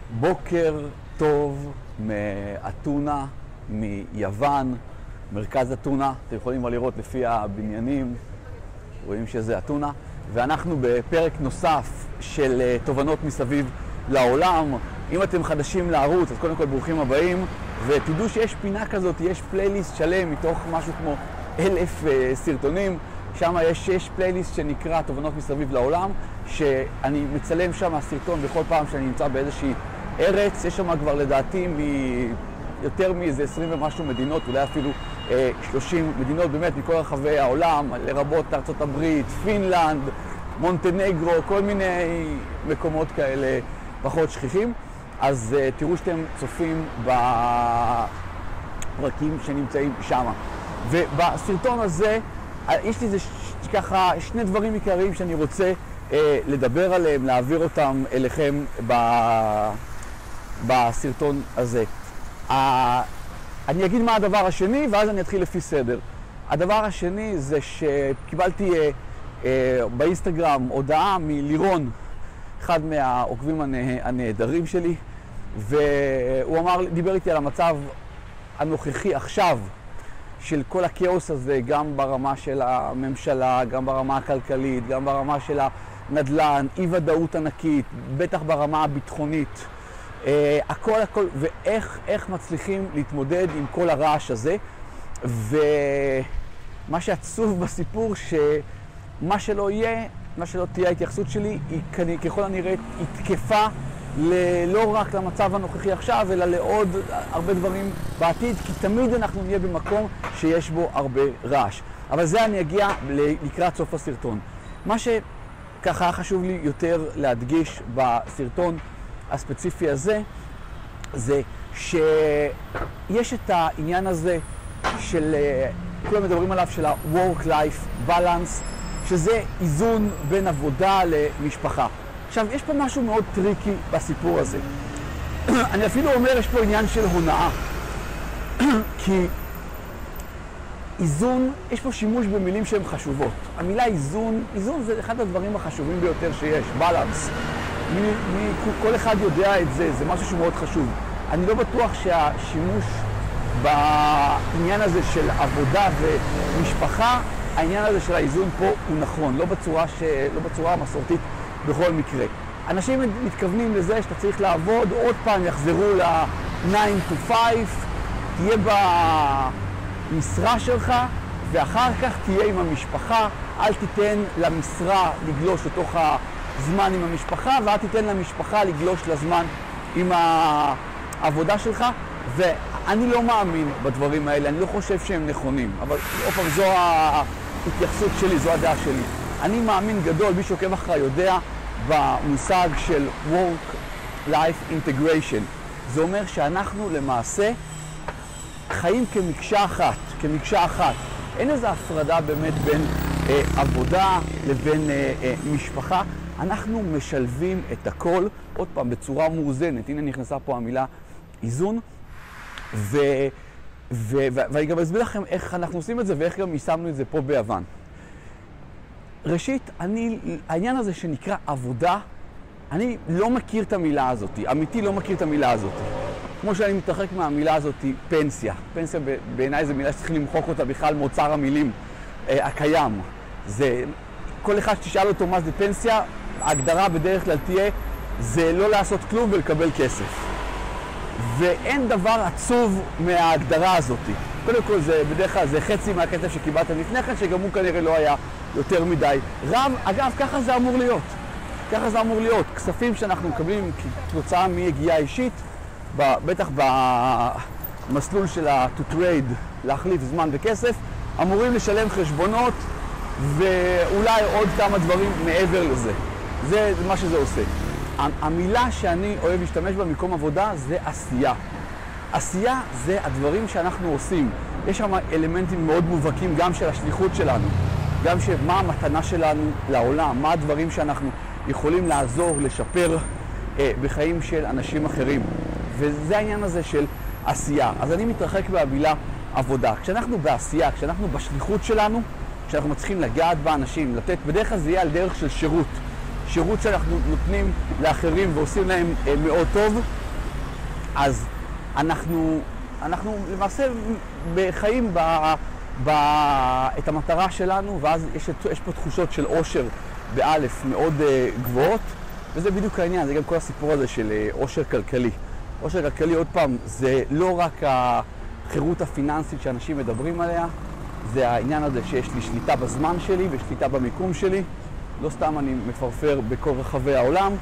בוקר טוב מאתונה, מיוון, מרכז אתונה. אתם יכולים לראות לפי הבניינים, רואים שזה אתונה. ואנחנו בפרק נוסף של תובנות מסביב לעולם. אם אתם חדשים לערוץ, אז קודם כל ברוכים הבאים. ותדעו שיש פינה כזאת, יש פלייליסט שלם מתוך משהו כמו 1,000 סרטונים. שם יש פלייליסט שנקרא תובנות מסביב לעולם, שאני מצלם שם סרטון בכל פעם שאני נמצא באיזושהי ארץ. יש שם כבר לדעתי יותר מאיזה 20 ומשהו מדינות, אולי אפילו 30 מדינות באמת מכל רחבי העולם, לרבות ארצות הברית, פינלנד, מונטנגרו, כל מיני מקומות כאלה פחות שכיחים. אז תראו שאתם צופים בפרקים שנמצאים שם. ובסרטון הזה יש לי ככה שני דברים עיקריים שאני רוצה לדבר עליהם, להעביר אותם אליכם בסרטון הזה. אני אגיד מה הדבר השני ואז אני אתחיל לפי סדר. הדבר השני זה שקיבלתי באינסטגרם הודעה מלירון, אחד מהעוקבים הנהדרים שלי, והוא דיבר איתי על המצב הנוכחי עכשיו של כל הכאוס הזה, גם ברמה של הממשלה, גם ברמה הכלכלית, גם ברמה של הנדל"ן, אי ודאות ענקית, בטח ברמה הביטחונית, הכל, ואיך מצליחים להתמודד עם כל הרעש הזה. ומה שעצוב בסיפור, שמה שלא יהיה, מה שלא תהיה ההתייחסות שלי, היא ככל הנראה תקפה לא רק למצב הנוכחי עכשיו, אלא לעוד הרבה דברים בעתיד, כי תמיד אנחנו נהיה במקום שיש בו הרבה רעש. אבל זה אני אגיע לקראת סוף הסרטון. מה שככה חשוב לי יותר להדגיש בסרטון הספציפי הזה, זה שיש את העניין הזה של, כולם מדברים עליו, של ה-work-life balance, שזה איזון בין עבודה למשפחה. עכשיו, יש פה משהו מאוד טריקי בסיפור הזה. אני אפילו אומר, יש פה עניין של הונאה. כי איזון, יש פה שימוש במילים שהן חשובות. המילה איזון זה אחד הדברים החשובים ביותר שיש, בלנס. כל אחד יודע את זה, זה משהו שהוא מאוד חשוב. אני לא בטוח שהשימוש בעניין הזה של עבודה ומשפחה, העניין הזה של האיזון פה הוא נכון, לא בצורה המסורתית בכל מקרה. אנשים מתכוונים לזה שאתה צריך לעבוד, עוד פעם יחזרו ל-9 to 5, תהיה במשרה שלך, ואחר כך תהיה עם המשפחה. אל תיתן למשרה לגלוש לתוך הזמן עם המשפחה, ואל תיתן למשפחה לגלוש לזמן עם העבודה שלך. ואני לא מאמין בדברים האלה, אני לא חושב שהם נכונים, אבל אופן, זו ההתייחסות שלי, זו הדעה שלי. אני מאמין גדול, מי שעוקב אחרי יודע, במושג של work-life integration. זה אומר שאנחנו למעשה חיים כמקשה אחת. אין איזו הפרדה באמת בין עבודה לבין משפחה. אנחנו משלבים את הכל, עוד פעם, בצורה מאוזנת. הנה נכנסה פה המילה איזון. ואני גם אסביר לכם איך אנחנו עושים את זה ואיך גם יישמנו את זה פה ביוון. ראשית, העניין הזה שנקרא עבודה, אני לא מכיר את המילה הזאת, אמיתי לא מכיר את המילה הזאת. כמו שאני מתרחק מהמילה הזאת, פנסיה. פנסיה בעיניי זו מילה שצריך למחוק אותה בכלל מאוצר המילים הקיים. כל אחד שתשאל אותו מה זה פנסיה, ההגדרה בדרך כלל תהיה, זה לא לעשות כלום ולקבל כסף. ואין דבר עצוב מההגדרה הזאת. קודם כל, בדרך כלל זה חצי מהכסף שקיבלתם לפני כן, שגם הוא כנראה לא היה יותר מדי רב. אגב, ככה זה אמור להיות. ככה זה אמור להיות. כספים שאנחנו מקבלים כתוצאה מיגיעה אישית, בטח במסלול של ה-to trade, להחליף זמן וכסף, אמורים לשלם חשבונות ואולי עוד כמה דברים מעבר לזה. זה מה שזה עושה. המילה שאני אוהב להשתמש בה במקום עבודה זה עשייה. עשייה זה הדברים שאנחנו עושים. יש שם אלמנטים מאוד מובהקים גם של השליחות שלנו, גם מה המתנה שלנו לעולם, מה הדברים שאנחנו יכולים לעזור, לשפר בחיים של אנשים אחרים. וזה העניין הזה של עשייה. אז אני מתרחק מהמילה עבודה. כשאנחנו בעשייה, כשאנחנו בשליחות שלנו, כשאנחנו מצליחים לגעת באנשים, לתת, בדרך כלל זה יהיה על דרך של שירות. שירות שאנחנו נותנים לאחרים ועושים להם מאוד טוב, אז אנחנו למעשה חיים את המטרה שלנו, ואז יש פה תחושות של עושר באלף מאוד גבוהות, וזה בדיוק העניין, זה גם כל הסיפור הזה של עושר כלכלי. עושר כלכלי, עוד פעם, זה לא רק החירות הפיננסית שאנשים מדברים עליה, זה העניין הזה שיש לי שליטה בזמן שלי ושליטה במיקום שלי. לא סתם אני מפרפר בכל רחבי העולם,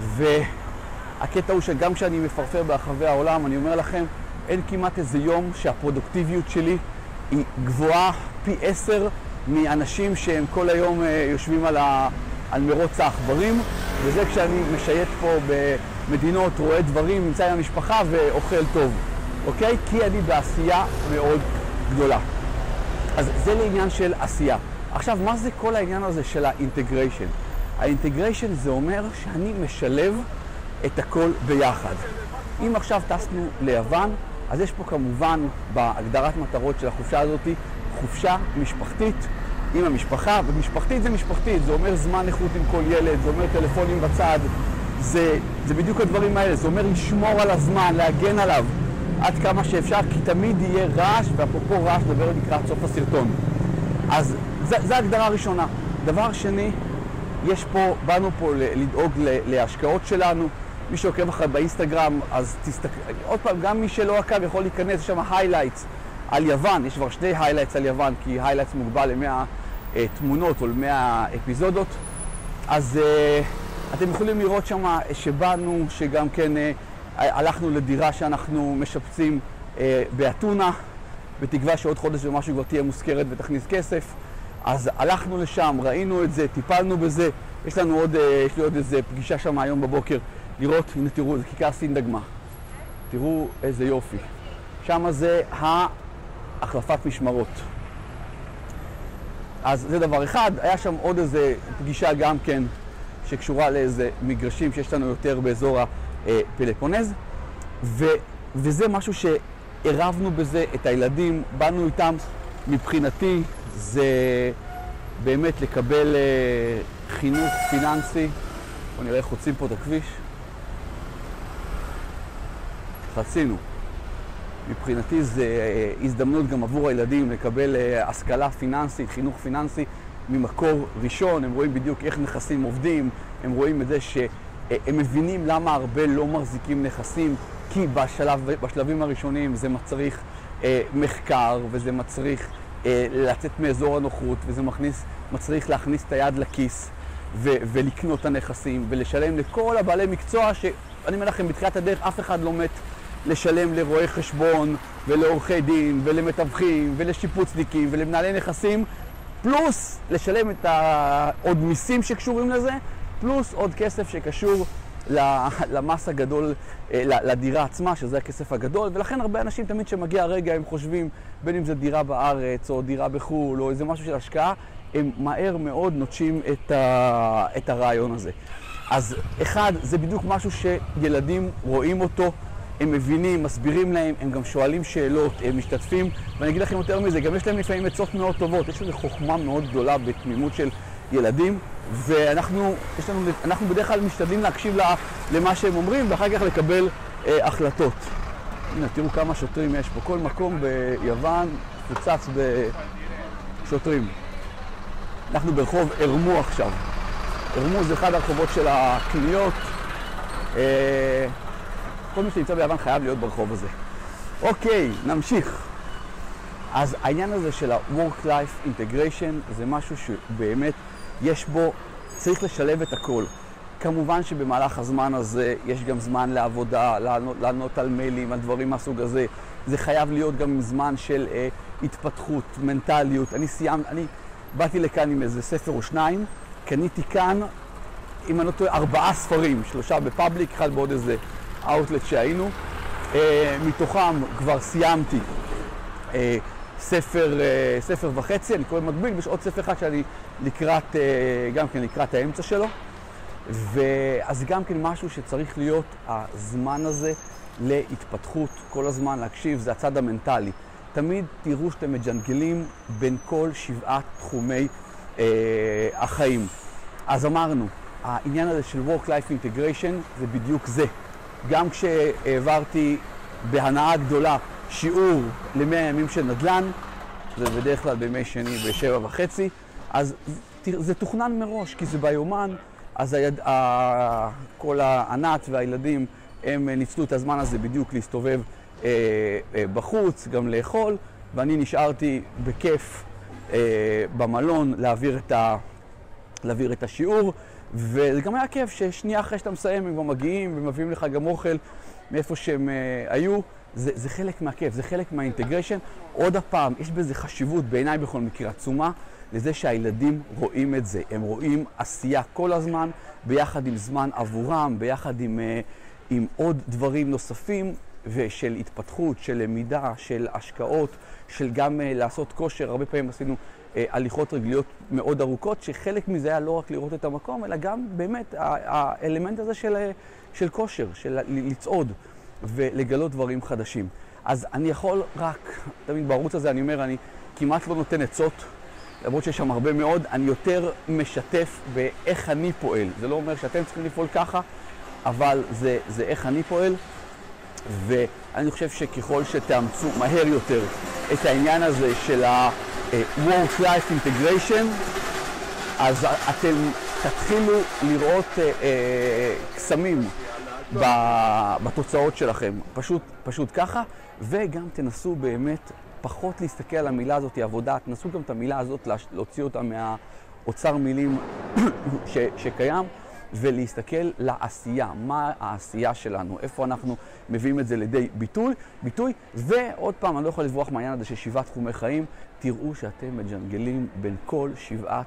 והקטע הוא שגם כשאני מפרפר ברחבי העולם, אני אומר לכם, אין כמעט איזה יום שהפרודוקטיביות שלי היא גבוהה פי 10 מאנשים שהם כל היום יושבים על מרוץ העכברים, וזה כשאני משייט פה במדינות, רואה דברים, נמצא עם המשפחה ואוכל טוב, אוקיי? כי אני בעשייה מאוד גדולה. אז זה לעניין של עשייה. עכשיו, מה זה כל העניין הזה של האינטגריישן? האינטגריישן זה אומר שאני משלב את הכל ביחד. אם עכשיו טסנו ליוון, אז יש פה כמובן בהגדרת מטרות של החופשה הזאת, חופשה משפחתית עם המשפחה, ומשפחתית זה משפחתית, זה אומר זמן איכות עם כל ילד, זה אומר טלפונים בצד, זה בדיוק הדברים האלה, זה אומר לשמור על הזמן, להגן עליו עד כמה שאפשר, כי תמיד יהיה רעש, ואפרופו רעש דבר לקראת סוף הסרטון. אז זו ההגדרה הראשונה. דבר שני, באנו פה לדאוג להשקעות שלנו. מי שעוקב אחרי באינסטגרם, אז תסתכל, עוד פעם, גם מי שלא עקב יכול להיכנס, יש שם highlights על יוון, יש כבר 2 highlights על יוון, כי highlights מוגבל ל100 תמונות או ל100 אפיזודות. אז אתם יכולים לראות שם שבאנו, שגם כן הלכנו לדירה שאנחנו משפצים באתונה, בתקווה שעוד חודש ומשהו כבר תהיה מוזכרת ותכניס כסף. אז הלכנו לשם, ראינו את זה, טיפלנו בזה. יש לי עוד איזה פגישה שם היום בבוקר. לראות, הנה תראו, זה כיכר סינדגמה. תראו איזה יופי. שם זה החלפת משמרות. אז זה דבר אחד. היה שם עוד איזה פגישה גם כן שקשורה לאיזה מגרשים שיש לנו יותר באזור הפלפונז. וזה משהו שערבנו בזה את הילדים, באנו איתם. מבחינתי זה באמת לקבל חינוך פיננסי. בואו נראה איך חוצים פה את הכביש. חצינו. מבחינתי זה הזדמנות גם עבור הילדים לקבל השכלה פיננסית, חינוך פיננסי ממקור ראשון. הם רואים בדיוק איך נכסים עובדים, הם רואים את זה שהם מבינים למה הרבה לא מחזיקים נכסים, כי בשלבים הראשונים זה מצריך מחקר, וזה מצריך לצאת מאזור הנוחות, וזה מצריך להכניס את היד לכיס ולקנות את הנכסים ולשלם לכל הבעלי מקצוע שאני אומר לכם, בתחילת הדרך אף אחד לא מת לשלם לרואי חשבון ולעורכי דין ולמתווכים ולשיפוצניקים ולמנהלי נכסים, פלוס לשלם את עוד מיסים שקשורים לזה, פלוס עוד כסף שקשור למס הגדול, לדירה עצמה, שזה הכסף הגדול. ולכן הרבה אנשים תמיד שמגיע הרגע הם חושבים, בין אם זה דירה בארץ או דירה בחול או איזה משהו של השקעה, הם מהר מאוד נוטשים את הרעיון הזה. אז אחד, זה בדיוק משהו שילדים רואים אותו, הם מבינים, מסבירים להם, הם גם שואלים שאלות, הם משתתפים, ואני אגיד לכם יותר מזה, גם יש להם לפעמים עצות מאוד טובות, יש לזה חוכמה מאוד גדולה בתמימות של ילדים, ואנחנו בדרך כלל משתדלים להקשיב למה שהם אומרים, ואחר כך לקבל החלטות. הנה, תראו כמה שוטרים יש פה, כל מקום ביוון פוצץ בשוטרים. אנחנו ברחוב ארמו עכשיו. ארמו זה אחד הרחובות של הקניות. כל מי שנמצא ביוון חייב להיות ברחוב הזה. אוקיי, נמשיך. אז העניין הזה של ה-Work-Life Integration זה משהו שבאמת יש בו, צריך לשלב את הכל. כמובן שבמהלך הזמן הזה יש גם זמן לעבודה, לענות על מיילים, על דברים מהסוג הזה. זה חייב להיות גם זמן של התפתחות, מנטליות. אני באתי לכאן עם איזה ספר או 2, קניתי כאן, אם אני לא טועה, 4 ספרים, 3 בפאבליק, 1 בעוד איזה אאוטלט שהיינו. מתוכם כבר סיימתי ספר וחצי, אני קורא מקביל, ויש עוד ספר אחד שאני גם כן לקראת האמצע שלו. אז גם כן משהו שצריך להיות הזמן הזה להתפתחות, כל הזמן להקשיב, זה הצד המנטלי. תמיד תראו שאתם מג'נגלים בין כל 7 תחומי החיים. אז אמרנו, העניין הזה של Work-Life Integration זה בדיוק זה. גם כשהעברתי בהנאה גדולה שיעור ל100 ימים של נדל"ן, זה בדרך כלל בימי שני ב7:30, אז זה תוכנן מראש, כי זה ביומן, אז כל הענת והילדים הם ניצלו את הזמן הזה בדיוק להסתובב בחוץ, גם לאכול, ואני נשארתי בכיף במלון להעביר את השיעור, וזה גם היה כיף ששנייה אחרי שאתה מסיים הם כבר מגיעים ומביאים לך גם אוכל מאיפה שהם היו. זה חלק מהכיף, זה חלק מהאינטגריישן. עוד הפעם, יש בזה חשיבות בעיניי בכל מקרה עצומה לזה שהילדים רואים את זה. הם רואים עשייה כל הזמן, ביחד עם זמן עבורם, ביחד עם עוד דברים נוספים, ושל התפתחות, של למידה, של השקעות, של גם לעשות כושר. הרבה פעמים עשינו הליכות רגליות מאוד ארוכות, שחלק מזה היה לא רק לראות את המקום, אלא גם באמת האלמנט הזה של כושר, של לצעוד ולגלות דברים חדשים. אז אני יכול רק, תמיד בערוץ הזה אני אומר, אני כמעט לא נותן עצות, למרות שיש שם הרבה מאוד, אני יותר משתף באיך אני פועל. זה לא אומר שאתם צריכים לפעול ככה, אבל זה איך אני פועל, ואני חושב שככל שתאמצו מהר יותר את העניין הזה של ה-Work-Life Integration, אז אתם תתחילו לראות קסמים בתוצאות שלכם, פשוט ככה, וגם תנסו באמת פחות להסתכל על המילה הזאת, עבודה, תנסו גם את המילה הזאת להוציא אותה מהאוצר מילים שקיים, ולהסתכל לעשייה, מה העשייה שלנו, איפה אנחנו מביאים את זה לידי ביטוי, ועוד פעם, אני לא יכול לברוח מהעניין הזה של 7 תחומי חיים, תראו שאתם מג'נגלים בין כל 7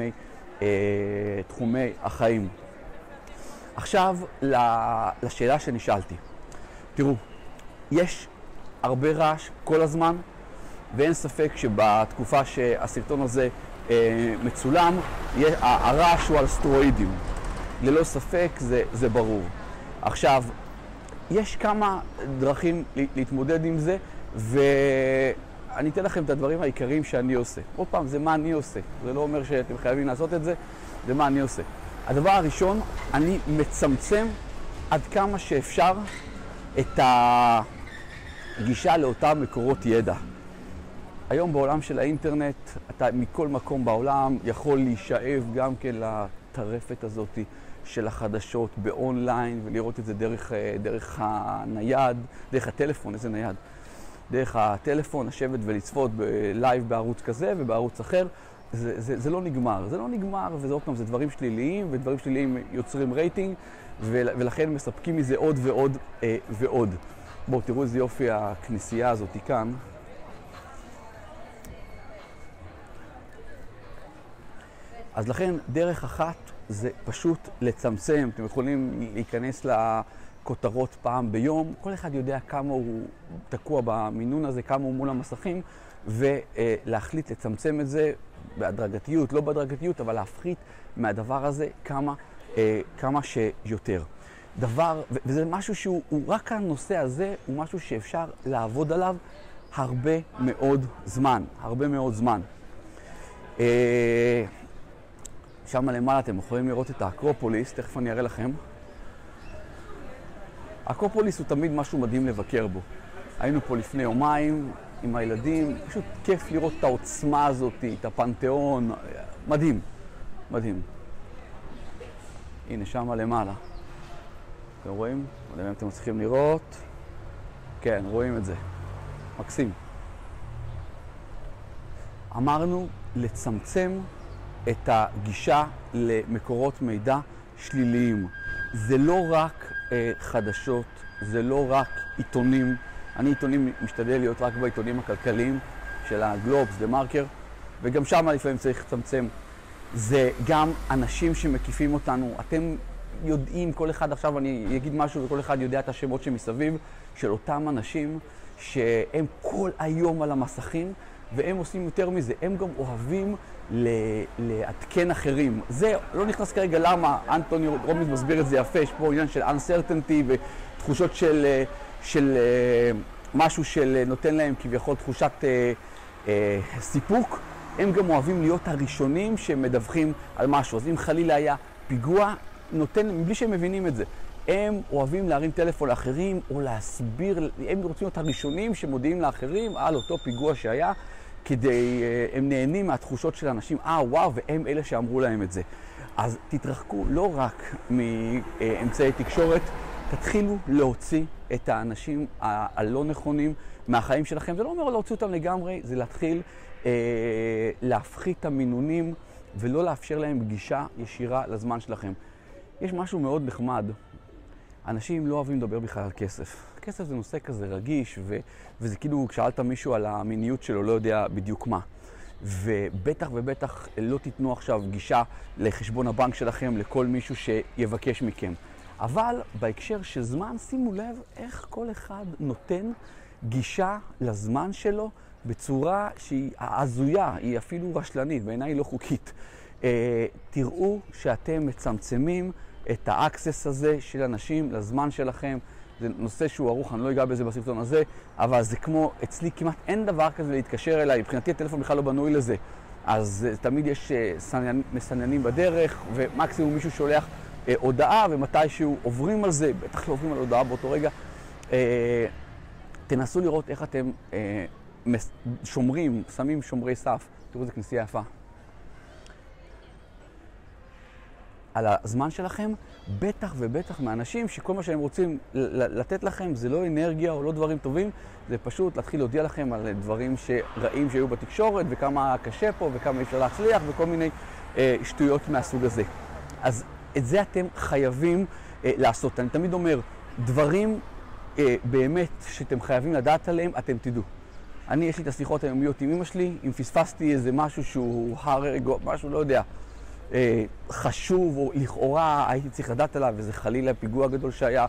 תחומי החיים. עכשיו, לשאלה שנשאלתי. תראו, יש הרבה רעש כל הזמן, ואין ספק שבתקופה שהסרטון הזה מצולם, הרעש הוא על סטרואידים. ללא ספק, זה ברור. עכשיו, יש כמה דרכים להתמודד עם זה, ואני אתן לכם את הדברים העיקריים שאני עושה. עוד פעם, זה מה אני עושה. זה לא אומר שאתם חייבים לעשות את זה, זה מה אני עושה. הדבר הראשון, אני מצמצם עד כמה שאפשר את הגישה לאותם מקורות ידע. היום בעולם של האינטרנט, אתה מכל מקום בעולם יכול להישאב גם כן לטרפת הזאת של החדשות באונליין, ולראות את זה דרך הנייד, דרך הטלפון, איזה נייד? דרך הטלפון, לשבת ולצפות בלייב בערוץ כזה ובערוץ אחר. זה לא נגמר, וזה עוד פעם, זה דברים שליליים, ודברים שליליים יוצרים רייטינג, ולכן מספקים מזה עוד ועוד ועוד. בואו, תראו איזה יופי הכנסייה הזאת כאן. אז לכן דרך אחת זה פשוט לצמצם. אתם יכולים להיכנס לכותרות פעם ביום, כל אחד יודע כמה הוא תקוע במינון הזה, כמה הוא מול המסכים, ולהחליט לצמצם את זה בהדרגתיות, לא בהדרגתיות, אבל להפחית מהדבר הזה כמה שיותר. וזה משהו שהוא רק הנושא הזה, הוא משהו שאפשר לעבוד עליו הרבה מאוד זמן. שם למעלה אתם יכולים לראות את האקרופוליס, תכף אני אראה לכם. האקרופוליס הוא תמיד משהו מדהים לבקר בו. היינו פה לפני יומיים עם הילדים, פשוט כיף לראות את העוצמה הזאת, את הפנתיאון, מדהים. הנה, שם למעלה. אתם רואים? לא יודע אם אתם מצליחים לראות. כן, רואים את זה. מקסים. אמרנו לצמצם את הגישה למקורות מידע שליליים. זה לא רק חדשות, זה לא רק עיתונים. אני עיתונים משתדל להיות רק בעיתונים הכלכליים של הגלובס, דה מרקר, וגם שם לפעמים צריך לצמצם. זה גם אנשים שמקיפים אותנו. אתם יודעים, כל אחד עכשיו אני אגיד משהו וכל אחד יודע את השמות שמסביב של אותם אנשים שהם כל היום על המסכים, והם עושים יותר מזה, הם גם אוהבים לעדכן אחרים. זה לא נכנס כרגע למה, אנטוני רובינס מסביר את זה יפה, יש פה עניין של uncertainty ותחושות של משהו של נותן להם כביכול תחושת סיפוק. הם גם אוהבים להיות הראשונים שמדווחים על משהו. אז אם חלילה היה פיגוע, נותן, מבלי שהם מבינים את זה, הם אוהבים להרים טלפון לאחרים או להסביר, הם רוצים להיות הראשונים שמודיעים לאחרים על אותו פיגוע שהיה, הם נהנים מהתחושות של האנשים, וואו, והם אלה שאמרו להם את זה. אז תתרחקו לא רק מאמצעי תקשורת, תתחילו להוציא את האנשים הלא נכונים מהחיים שלכם. זה לא אומר להוציא אותם לגמרי, זה להתחיל להפחית את המינונים ולא לאפשר להם גישה ישירה לזמן שלכם. יש משהו מאוד נחמד. אנשים לא אוהבים לדבר בכלל על כסף. כסף זה נושא כזה רגיש, וזה כאילו כשאלת מישהו על המיניות שלו, לא יודע בדיוק מה. ובטח ובטח לא תיתנו עכשיו גישה לחשבון הבנק שלכם לכל מישהו שיבקש מכם. אבל בהקשר של זמן, שימו לב איך כל אחד נותן גישה לזמן שלו בצורה שהיא הזויה, היא אפילו רשלנית, בעיניי היא לא חוקית. תראו שאתם מצמצמים את האקסס הזה של אנשים לזמן שלכם. זה נושא שהוא ארוך, אני לא אגע בזה בסרטון הזה, אבל זה כמו, אצלי כמעט אין דבר כזה להתקשר אליי, מבחינתי הטלפון בכלל לא בנוי לזה. אז תמיד יש מסננים בדרך, ומקסימום מישהו שולח הודעה, ומתישהו עוברים על זה, בטח לא עוברים על הודעה באותו רגע. תנסו לראות איך אתם שומרים, שמים שומרי סף. תראו, זו כנסייה יפה. על הזמן שלכם, בטח ובטח מאנשים שכל מה שהם רוצים לתת לכם זה לא אנרגיה או לא דברים טובים, זה פשוט להתחיל להודיע לכם על דברים שרעים שהיו בתקשורת וכמה קשה פה וכמה אפשר להצליח וכל מיני שטויות מהסוג הזה. אז את זה אתם חייבים לעשות. אני תמיד אומר, דברים באמת שאתם חייבים לדעת עליהם, אתם תדעו. יש לי את השיחות היומיות עם אמא שלי, אם פספסתי איזה משהו שהוא הרג או משהו, לא יודע, חשוב או לכאורה הייתי צריך לדעת עליו, וזה חלילה פיגוע גדול שהיה,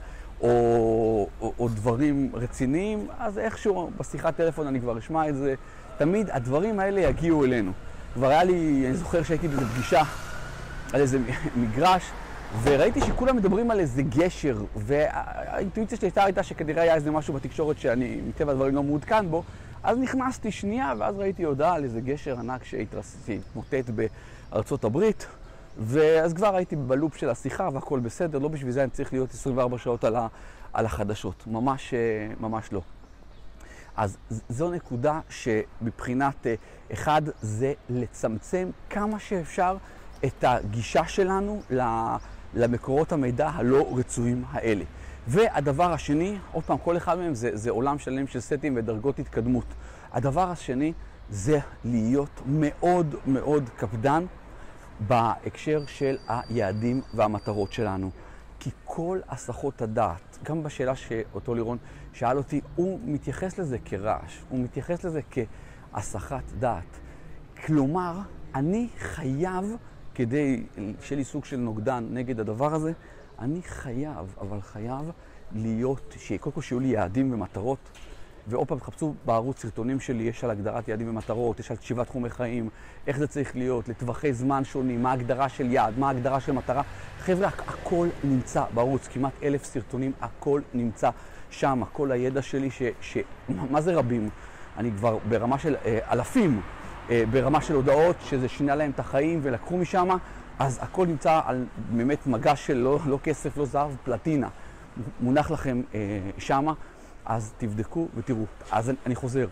או דברים רציניים, אז איכשהו בשיחת טלפון אני כבר אשמע את זה. תמיד הדברים האלה יגיעו אלינו. כבר היה לי, אני זוכר שהייתי באיזו פגישה על איזה מגרש, וראיתי שכולם מדברים על איזה גשר, והאינטואיציה שלי הייתה שכנראה היה איזה משהו בתקשורת שאני מטבע הדברים לא מעודכן בו, אז נכנסתי שנייה, ואז ראיתי הודעה על איזה גשר ענק שהתמוטט בארצות הברית, ואז כבר הייתי בלופ של השיחה והכל בסדר, לא בשביל זה אני צריך להיות 24 שעות על החדשות, ממש לא. אז זו נקודה שמבחינת אחד זה לצמצם כמה שאפשר את הגישה שלנו למקורות המידע הלא רצויים האלה. והדבר השני, עוד פעם, כל אחד מהם זה עולם שלם של סטים ודרגות התקדמות. הדבר השני זה להיות מאוד מאוד קפדן בהקשר של היעדים והמטרות שלנו. כי כל הסחות הדעת, גם בשאלה שאותו לירון שאל אותי, הוא מתייחס לזה כרעש, הוא מתייחס לזה כהסחת דעת. כלומר, אני חייב, כדי שיהיה לי סוג של נוגדן נגד הדבר הזה, אני חייב, אבל חייב להיות, קודם כל שיהיו לי יעדים ומטרות, ועוד פעם תחפשו בערוץ סרטונים שלי, יש על הגדרת יעדים ומטרות, יש על 7 תחומי חיים, איך זה צריך להיות, לטווחי זמן שונים, מה ההגדרה של יעד, מה ההגדרה של מטרה. חבר'ה, הכל נמצא בערוץ, כמעט 1,000 סרטונים, הכל נמצא שם, כל הידע שלי מה זה רבים? אני כבר ברמה של אלפים, ברמה של הודעות שזה שינה להם את החיים ולקחו משם, אז הכל נמצא על באמת מגש של לא כסף, לא זהב, פלטינה. מונח לכם שמה, אז תבדקו ותראו. אז אני חוזר,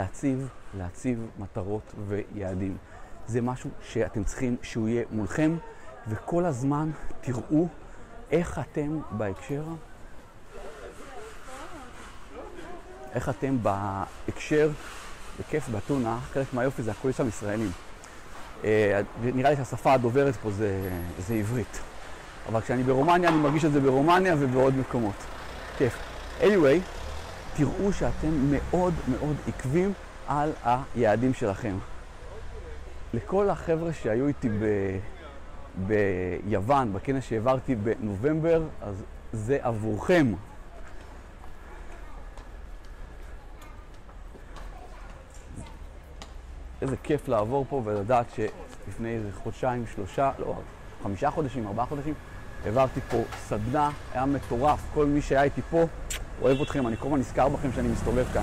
להציב מטרות ויעדים. זה משהו שאתם צריכים שהוא יהיה מולכם, וכל הזמן תראו איך אתם בהקשר, בכיף באתונה, חלק מהיופי זה הכל שם ישראלים. נראה לי שהשפה הדוברת פה זה עברית. אבל כשאני ברומניה, אני מרגיש את זה ברומניה ובעוד מקומות. כיף. anyway, תראו שאתם מאוד מאוד עקבים על היעדים שלכם. לכל החבר'ה שהיו איתי ביוון, בכנס שהעברתי בנובמבר, אז זה עבורכם. איזה כיף לעבור פה ולדעת שלפני איזה חודשיים, 5 חודשים, 4 חודשים, העברתי פה סדנה, היה מטורף. כל מי שהיה איתי פה, אוהב אתכם, אני כל הזמן נזכר בכם שאני מסתובב כאן.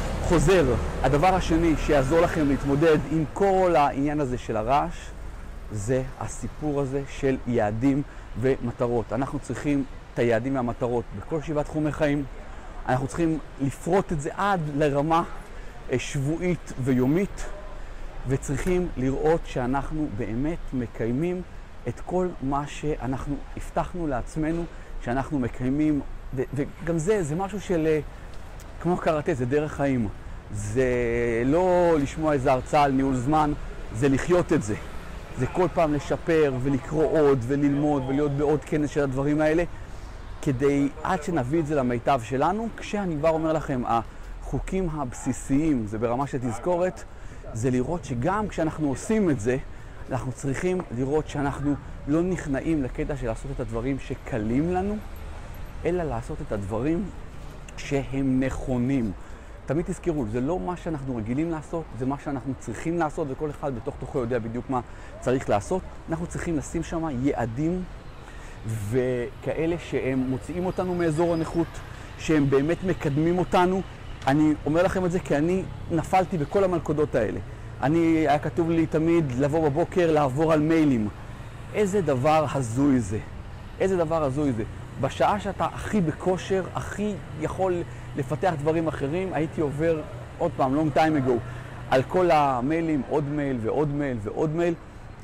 חוזר, הדבר השני שיעזור לכם להתמודד עם כל העניין הזה של הרעש, זה הסיפור הזה של יעדים ומטרות. אנחנו צריכים את היעדים והמטרות בכל 7 תחומי חיים. אנחנו צריכים לפרוט את זה עד לרמה שבועית ויומית, וצריכים לראות שאנחנו באמת מקיימים את כל מה שאנחנו הבטחנו לעצמנו, שאנחנו מקיימים, וגם זה משהו של, כמו קראטה, זה דרך חיים. זה לא לשמוע איזה הרצאה על ניהול זמן, זה לחיות את זה. זה כל פעם לשפר ולקרוא עוד וללמוד ולהיות בעוד כנס של הדברים האלה, כדי עד שנביא את זה למיטב שלנו. כשאני כבר אומר לכם, החוקים הבסיסיים, זה ברמה של תזכורת, זה לראות שגם כשאנחנו עושים את זה, אנחנו צריכים לראות שאנחנו לא נכנעים לקטע של לעשות את הדברים שקלים לנו, אלא לעשות את הדברים שהם נכונים. תמיד תזכרו, זה לא מה שאנחנו רגילים לעשות, זה מה שאנחנו צריכים לעשות, וכל אחד בתוך תוכו יודע בדיוק מה צריך לעשות. אנחנו צריכים לשים שם יעדים וכאלה שהם מוציאים אותנו מאזור הנוחות, שהם באמת מקדמים אותנו. אני אומר לכם את זה כי אני נפלתי בכל המלכודות האלה. היה כתוב לי תמיד לבוא בבוקר, לעבור על מיילים. איזה דבר הזוי זה. איזה דבר הזוי זה. בשעה שאתה הכי בכושר, הכי יכול לפתח דברים אחרים, הייתי עובר עוד פעם, long time ago, על כל המיילים, עוד מייל ועוד מייל ועוד מייל,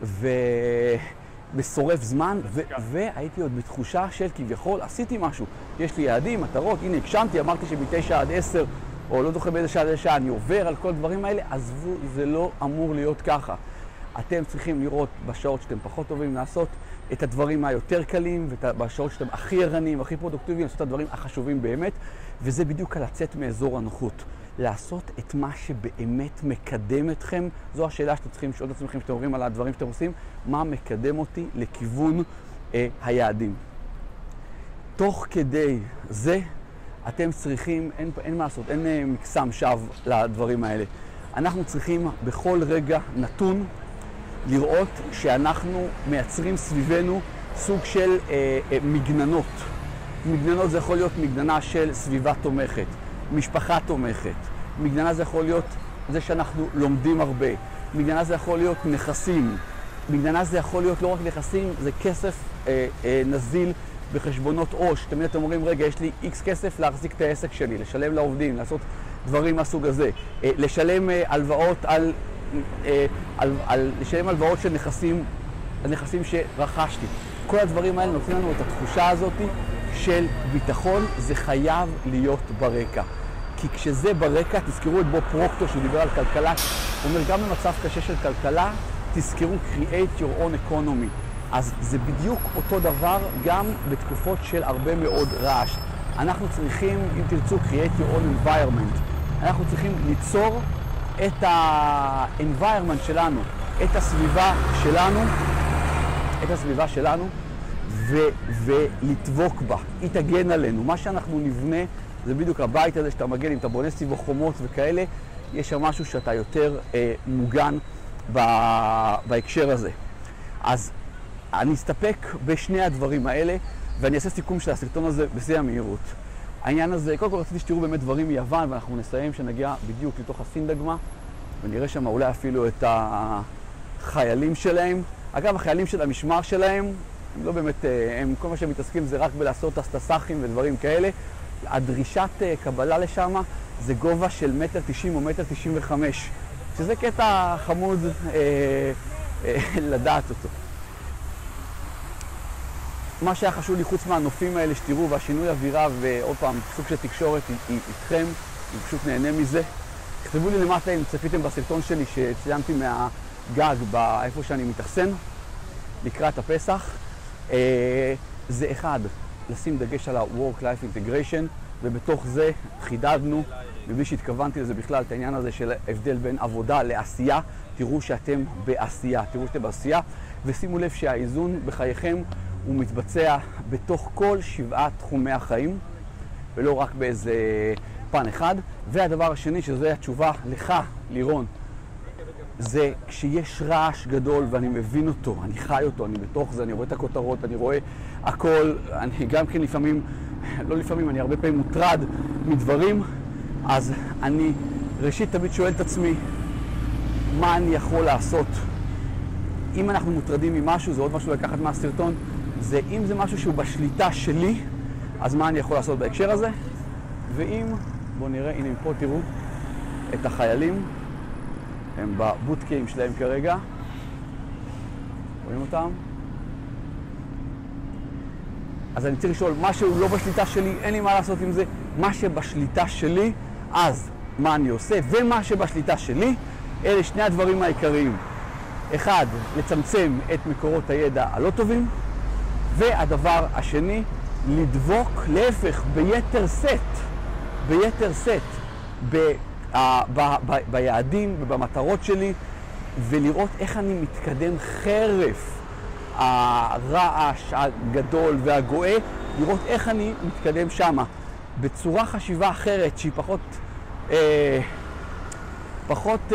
ובשורף זמן, והייתי עוד בתחושה של כביכול, עשיתי משהו. יש לי יעדים, מטרות, הנה הקשמתי, אמרתי שב-9 עד 10, או לא זוכר באיזה שעה עד 10, אני עובר על כל הדברים האלה. עזבו, זה לא אמור להיות ככה. אתם צריכים לראות בשעות שאתם פחות טובים לעשות את הדברים היותר קלים, ובשעות שאתם הכי ערניים, הכי פרודוקטיביים, לעשות את הדברים החשובים באמת, וזה בדיוק על לצאת מאזור הנוחות. לעשות את מה שבאמת מקדם אתכם. זו השאלה שאתם צריכים לשאול את עצמכם שאתם עוברים על הדברים שאתם עושים, מה מקדם אותי לכיוון היעדים. תוך כדי זה, אתם צריכים, אין מה לעשות, אין מקסם שווא לדברים האלה. אנחנו צריכים בכל רגע נתון לראות שאנחנו מייצרים סביבנו סוג של מגננות. מגננות זה יכול להיות מגננה של סביבה תומכת, משפחה תומכת. מגננה זה יכול להיות זה שאנחנו לומדים הרבה. מגננה זה יכול להיות נכסים. מגננה זה יכול להיות לא רק נכסים, זה כסף נזיל בחשבונות עו"ש. תמיד אתם אומרים, רגע, יש לי X כסף להחזיק את העסק שלי, לשלם לעובדים, לעשות דברים מהסוג הזה. לשלם הלוואות לשלם הלוואות של נכסים שרכשתי. כל הדברים האלה נותנים לנו את התחושה הזאת של ביטחון. זה חייב להיות ברקע. כי כשזה ברקע, תזכרו את בוב פרוקטור שדיבר על כלכלה, הוא אומר גם במצב קשה של כלכלה, תזכרו create your own economy. אז זה בדיוק אותו דבר גם בתקופות של הרבה מאוד רעש. אנחנו צריכים, אם תרצו, create your own environment. אנחנו צריכים ליצור את ה-environment שלנו, את הסביבה שלנו, ולדבוק בה. היא תגן עלינו. מה שאנחנו נבנה זה בדיוק הבית הזה שאתה מגן, אם אתה בונה סביבו חומות וכאלה, יש שם משהו שאתה יותר מוגן בהקשר הזה. אז אני אסתפק בשני הדברים האלה, ואני אעשה סיכום של הסרטון הזה בשיא המהירות. העניין הזה, קודם כל רציתי שתראו באמת דברים מיוון, ואנחנו נסיים שנגיע בדיוק לתוך הסינדגמה, ונראה שם אולי אפילו את החיילים שלהם. אגב, החיילים של המשמר שלהם, הם לא באמת, כל מה שהם מתעסקים זה רק בלעשות הסטסחים ודברים כאלה. הדרישת קבלה לשם זה גובה של 1.90 או 1.95, שזה קטע חמוד לדעת אותו. מה שהיה חשוב לי חוץ מהנופים האלה שתראו והשינוי אווירה ועוד פעם סוג של תקשורת איתכם, אני פשוט נהנה מזה. תכתבו לי למטה אם צפיתם בסרטון שלי שציינתי מהגג באיפה שאני מתאכסן לקראת הפסח. זה אחד, לשים דגש על ה-Work-Life Integration, ובתוך זה חידדנו, מבלי שהתכוונתי לזה בכלל, את העניין הזה של ההבדל בין עבודה לעשייה. תראו שאתם בעשייה, ושימו לב שהאיזון בחייכם הוא מתבצע בתוך כל 7 תחומי החיים, ולא רק באיזה פן אחד. והדבר השני, שזה התשובה לך, לירון, זה כשיש רעש גדול ואני מבין אותו, אני חי אותו, אני בתוך זה, אני רואה את הכותרות, אני רואה הכל, אני גם כן לפעמים, לא לפעמים, אני הרבה פעמים מוטרד מדברים, אז אני ראשית תמיד שואל את עצמי, מה אני יכול לעשות אם אנחנו מוטרדים ממשהו, זה עוד משהו לקחת מהסרטון, זה אם זה משהו שהוא בשליטה שלי, אז מה אני יכול לעשות בהקשר הזה? ואם, בואו נראה, הנה פה תראו את החיילים, הם בבוטקיים שלהם כרגע, רואים אותם? אז אני צריך לשאול, מה שהוא לא בשליטה שלי, אין לי מה לעשות עם זה, מה שבשליטה שלי, אז מה אני עושה, ומה שבשליטה שלי, אלה שני הדברים העיקריים. אחד, לצמצם את מקורות הידע הלא טובים, והדבר השני, לדבוק להפך ביתר סט ביעדים ובמטרות שלי, ולראות איך אני מתקדם חרף הרעש הגדול והגואה, לראות איך אני מתקדם שמה בצורה חשיבה אחרת שהיא פחות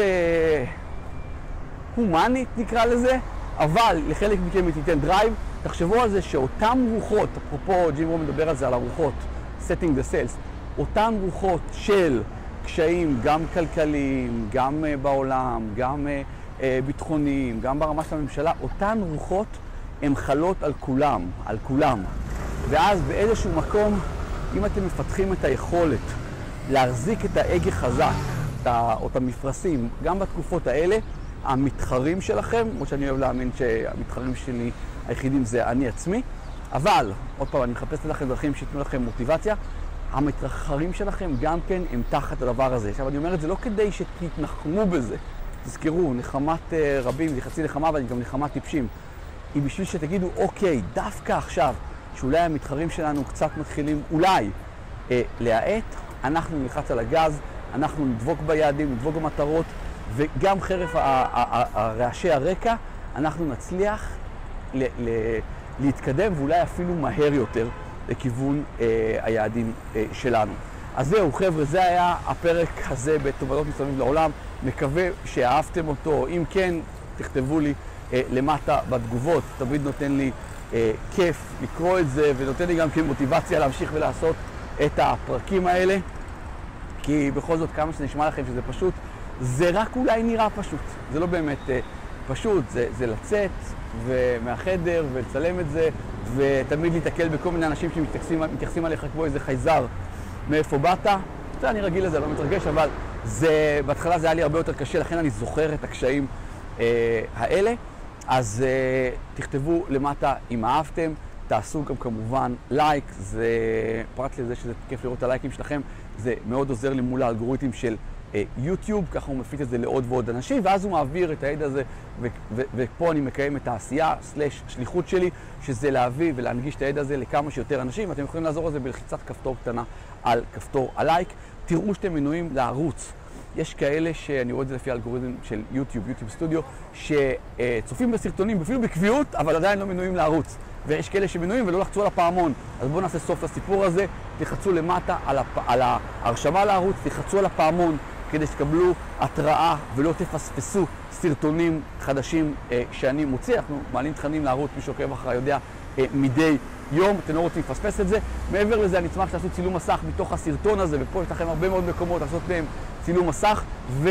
הומנית נקרא לזה, אבל לחלק מכם היא תיתן דרייב. תחשבו על זה שאותן רוחות, אפרופו ג'ים רום מדבר על זה, על הרוחות, setting the sails, אותן רוחות של קשיים, גם כלכליים, גם בעולם, גם ביטחוניים, גם ברמה של הממשלה, אותן רוחות הן חלות על כולם. ואז באיזשהו מקום, אם אתם מפתחים את היכולת להחזיק את ההגה חזק, או את המפרשים, גם בתקופות האלה, המתחרים שלכם, כמו שאני אוהב להאמין שהמתחרים שלי היחידים זה אני עצמי, אבל, עוד פעם, אני מחפש לכם דרכים שיתנו לכם מוטיבציה, המתחרים שלכם גם כן הם תחת הדבר הזה. עכשיו, אני אומר את זה לא כדי שתתנחמו בזה. תזכרו, נחמת רבים, זה חצי נחמה, אבל גם נחמת טיפשים. היא בשביל שתגידו, אוקיי, דווקא עכשיו, שאולי המתחרים שלנו קצת מתחילים, אולי, להאט, אנחנו נלחץ על הגז, אנחנו נדבוק ביעדים, נדבוק במטרות, וגם חרף רעשי הרקע, אנחנו נצליח להתקדם, ואולי אפילו מהר יותר לכיוון היעדים שלנו. אז זהו, חבר'ה, זה היה הפרק הזה בתובנות מסביב לעולם. מקווה שאהבתם אותו. אם כן, תכתבו לי למטה בתגובות. תמיד נותן לי כיף לקרוא את זה, ונותן לי גם מוטיבציה להמשיך ולעשות את הפרקים האלה. כי בכל זאת, כמה שנשמע לכם שזה פשוט, זה רק אולי נראה פשוט. זה לא באמת פשוט, זה לצאת מהחדר ולצלם את זה, ותמיד להתקל בכל מיני אנשים שמתייחסים עליך כמו איזה חייזר. מאיפה באת? אני רגיל לזה, לא מתרגש, אבל בהתחלה זה היה לי הרבה יותר קשה, לכן אני זוכר את הקשיים האלה. אז תכתבו למטה אם אהבתם, תעשו גם כמובן לייק, זה פרט לזה שזה כיף לראות את הלייקים שלכם, זה מאוד עוזר לי מול האלגוריתם של יוטיוב, ככה הוא מפיץ את זה לעוד ועוד אנשים, ואז הוא מעביר את הידע הזה, ופה אני מקיים את העשייה שליחות שלי, שזה להביא ולהנגיש את הידע הזה לכמה שיותר אנשים, ואתם יכולים לעזור לזה בלחיצת כפתור קטנה על כפתור הלייק. תראו שאתם מנויים לערוץ. יש כאלה שאני רואה את זה לפי האלגוריתם של יוטיוב סטודיו, שצופים בסרטונים אפילו בקביעות, אבל עדיין לא מנויים לערוץ. ויש כאלה שמנויים ולא לחצו על הפעמון. אז בואו נעשה סוף לסיפור הזה, תחצו למטה על ההרשמה לערוץ, תחצו על הפעמון, כדי שתקבלו התראה ולא תפספסו סרטונים חדשים שאני מוציא. אנחנו מעלים תכנים לערוץ, מי שעוקב אחרי יודע מדי יום, אתם לא רוצים לפספס את זה. מעבר לזה, אני אשמח שתעשו צילום מסך מתוך הסרטון הזה, ופה יש לכם הרבה מאוד מקומות לעשות בהם צילום מסך,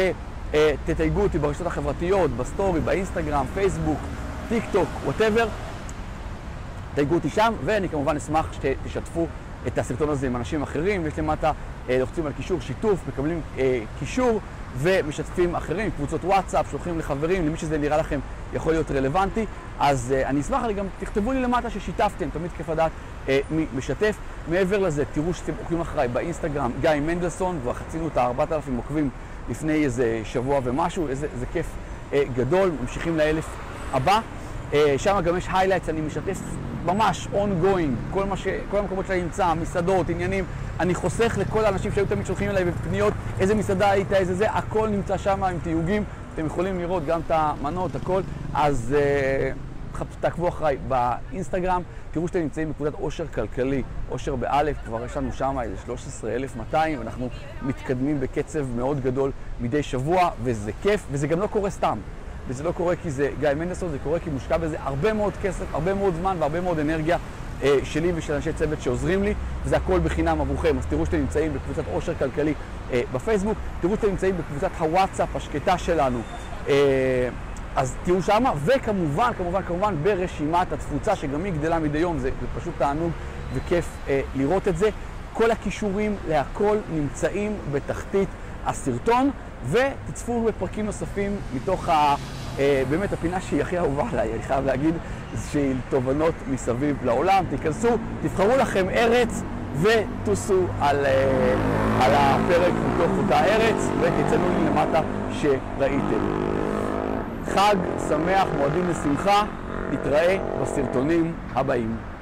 ותתייגו אותי ברשתות החברתיות, בסטורי, באינסטגרם, פייסבוק, טיק טוק, whatever. תתייגו אותי שם, ואני כמובן אשמח שתשתפו את הסרטון הזה עם אנשים אחרים. יש למטה, לוחצים על קישור שיתוף, מקבלים קישור ומשתפים אחרים, קבוצות וואטסאפ, שולחים לחברים, למי שזה נראה לכם יכול להיות רלוונטי. אז אני אשמח, גם תכתבו לי למטה ששיתפתם, תמיד כיף לדעת מי משתף. מעבר לזה, תראו שאתם עוקבים אחריי באינסטגרם, גיא מנדלסון, כבר חצינו את 4,000 עוקבים לפני איזה שבוע ומשהו, איזה כיף גדול, ממשיכים ל1,000 הבא. שם גם יש highlights, אני משתף ממש ongoing, כל המקומות שאני נמצא, מסעדות, עניינים, אני חוסך לכל האנשים שהיו תמיד שולחים אליי בפניות, איזה מסעדה היית, איזה זה, הכל נמצא שם עם תיוגים, אתם יכולים לראות גם את המנות, הכל, אז תעקבו אחריי באינסטגרם, תראו שאתם נמצאים בקבוצת עושר כלכלי, עושר באלף, כבר יש לנו שם איזה 13,200, ואנחנו מתקדמים בקצב מאוד גדול מדי שבוע, וזה כיף, וזה גם לא קורה סתם. וזה לא קורה כי זה גיא מנדלסון, זה קורה כי מושקע בזה הרבה מאוד כסף, הרבה מאוד זמן והרבה מאוד אנרגיה שלי ושל אנשי צוות שעוזרים לי, וזה הכל בחינם עבורכם. אז תראו שאתם נמצאים בקבוצת עושר כלכלי בפייסבוק, תראו שאתם נמצאים בקבוצת הוואטסאפ השקטה שלנו אז תהיו שמה, וכמובן, כמובן ברשימת התפוצה, שגם היא גדלה מדי יום, זה פשוט תענוג וכיף לראות את זה. כל הכישורים להכל נמצאים בתחתית הסרטון, ותצפו בפרקים נוספים מתוך באמת הפינה שהיא הכי אהובה עליי, אני חייב להגיד, של תובנות מסביב לעולם. תיכנסו, תבחרו לכם ארץ וטוסו על הפרק מתוך אותה ארץ, ותצלו לי למטה שראיתם. חג שמח, מועדים לשמחה, נתראה בסרטונים הבאים.